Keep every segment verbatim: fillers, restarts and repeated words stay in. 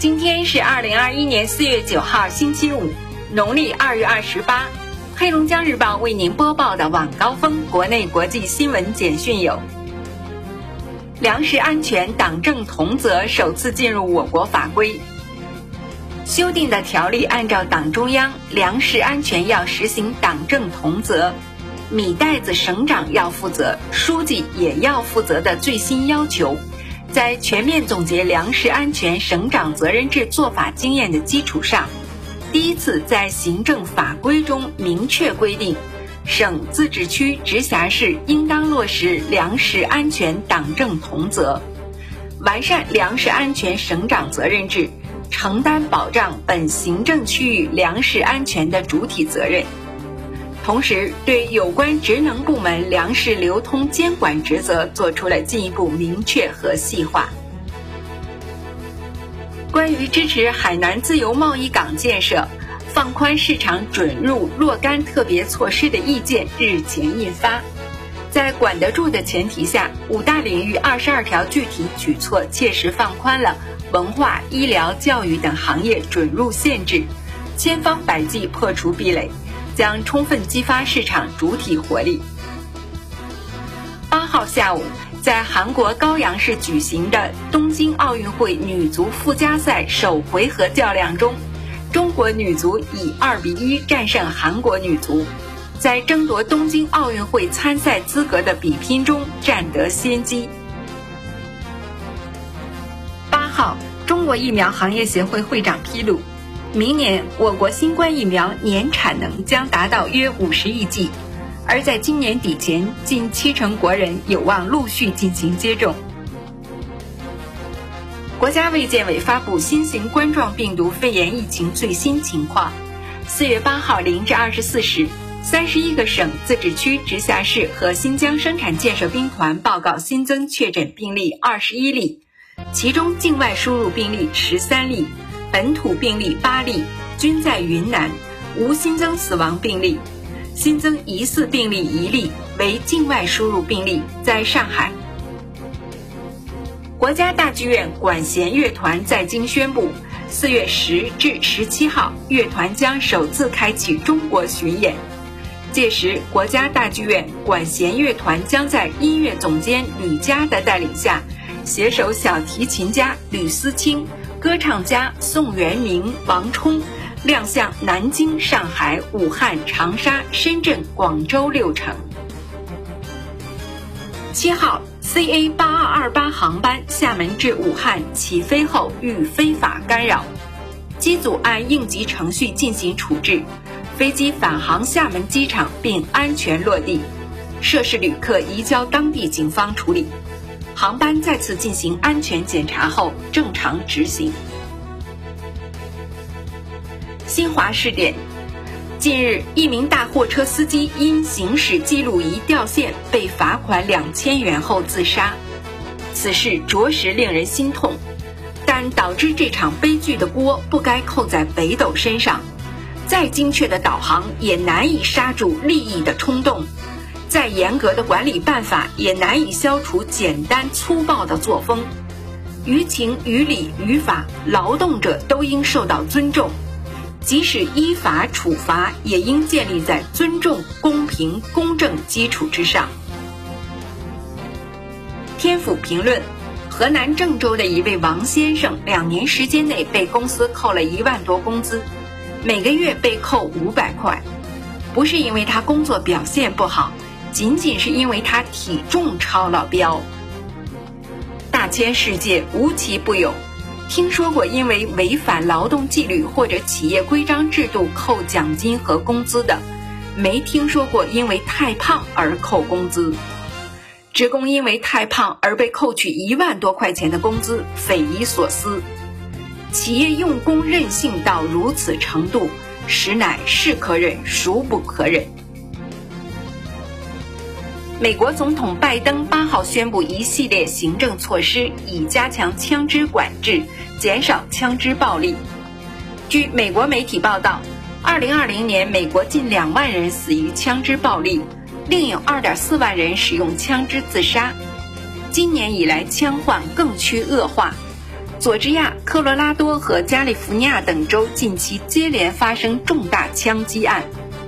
今天是二零二一年四月九号星期五，农历二月二十八。黑龙江日报为您播报的晚高峰国内国际新闻简讯有：粮食安全党政同责首次进入我国法规。修订的条例按照党中央粮食安全要实行党政同责，米袋子省长要负责，书记也要负责的最新要求，在全面总结粮食安全省长责任制做法经验的基础上，第一次在行政法规中明确规定，省、自治区、直辖市应当落实粮食安全党政同责，完善粮食安全省长责任制，承担保障本行政区域粮食安全的主体责任。同时，对有关职能部门粮食流通监管职责做出了进一步明确和细化。关于支持海南自由贸易港建设、放宽市场准入若干特别措施的意见日前印发，在管得住的前提下，五大领域二十二条具体举措切实放宽了文化、医疗、教育等行业准入限制，千方百计破除壁垒，将充分激发市场主体活力。八号下午，在韩国高阳市举行的东京奥运会女足附加赛首回合较量中，中国女足以二比一战胜韩国女足，在争夺东京奥运会参赛资格的比拼中占得先机。八号，中国疫苗行业协会会长披露，明年我国新冠疫苗年产能将达到约五十亿剂，而在今年底前，近七成国人有望陆续进行接种。国家卫健委发布新型冠状病毒肺炎疫情最新情况。四月八号零至二十四时，三十一个省、自治区、直辖市和新疆生产建设兵团报告新增确诊病例二十一例，其中境外输入病例十三例，本土病例八例，均在云南，无新增死亡病例。新增疑似病例一例，为境外输入病例，在上海。国家大剧院管弦乐团在京宣布，四月十至十七号，乐团将首次开启中国巡演。届时，国家大剧院管弦乐团将在音乐总监吕嘉的带领下，携手小提琴家吕思清、歌唱家宋元明、王冲，亮相南京、上海、武汉、长沙、深圳、广州六城。七号 C A 八二二八航班厦门至武汉起飞后遇非法干扰，机组按应急程序进行处置，飞机返航厦门机场并安全落地，涉事旅客移交当地警方处理，航班再次进行安全检查后正常执行。新华视点，近日，一名大货车司机因行驶记录仪掉线被罚款两千元后自杀，此事着实令人心痛，但导致这场悲剧的锅不该扣在北斗身上。再精确的导航也难以刹住利益的冲动，再严格的管理办法也难以消除简单粗暴的作风。于情于理于法，劳动者都应受到尊重。即使依法处罚，也应建立在尊重、公平、公正基础之上。天府评论，河南郑州的一位王先生，两年时间内被公司扣了一万多工资，每个月被扣五百块，不是因为他工作表现不好，仅仅是因为他体重超了标。大千世界无奇不有，听说过因为违反劳动纪律或者企业规章制度扣奖金和工资的，没听说过因为太胖而扣工资。职工因为太胖而被扣取一万多块钱的工资，匪夷所思。企业用工任性到如此程度，实乃是可忍孰不可忍。美国总统拜登八号宣布一系列行政措施，以加强枪支管制，减少枪支暴力。据美国媒体报道，二零二零年美国近两万人死于枪支暴力，另有二点四万人使用枪支自杀。今年以来，枪患更趋恶化。 佐治亚、科罗拉多和加利福尼亚等州近期接连发生重大枪击案。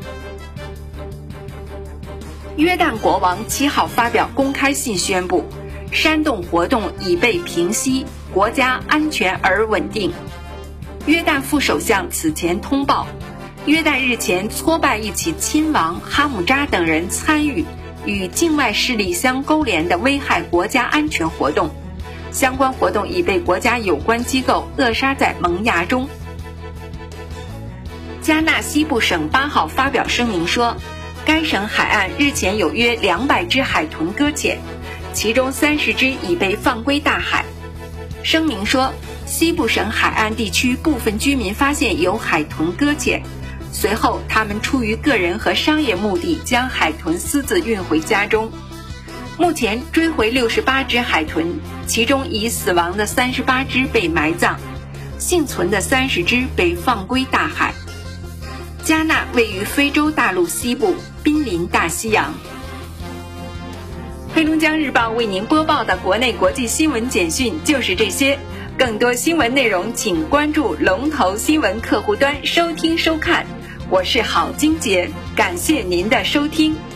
约旦国王七号发表公开信宣布，煽动活动已被平息，国家安全而稳定。约旦副首相此前通报，约旦日前挫败一起亲王哈姆扎等人参与与境外势力相勾连的危害国家安全活动，相关活动已被国家有关机构扼杀在萌芽中。加纳西部省八号发表声明说，该省海岸日前有约两百只海豚搁浅，其中三十只已被放归大海。声明说，西部省海岸地区部分居民发现有海豚搁浅，随后他们出于个人和商业目的将海豚私自运回家中。目前追回六十八只海豚，其中已死亡的三十八只被埋葬，幸存的三十只被放归大海。加纳位于非洲大陆西部，濒临大西洋。黑龙江日报为您播报的国内国际新闻简讯就是这些，更多新闻内容请关注龙头新闻客户端收听收看。我是郝金杰，感谢您的收听。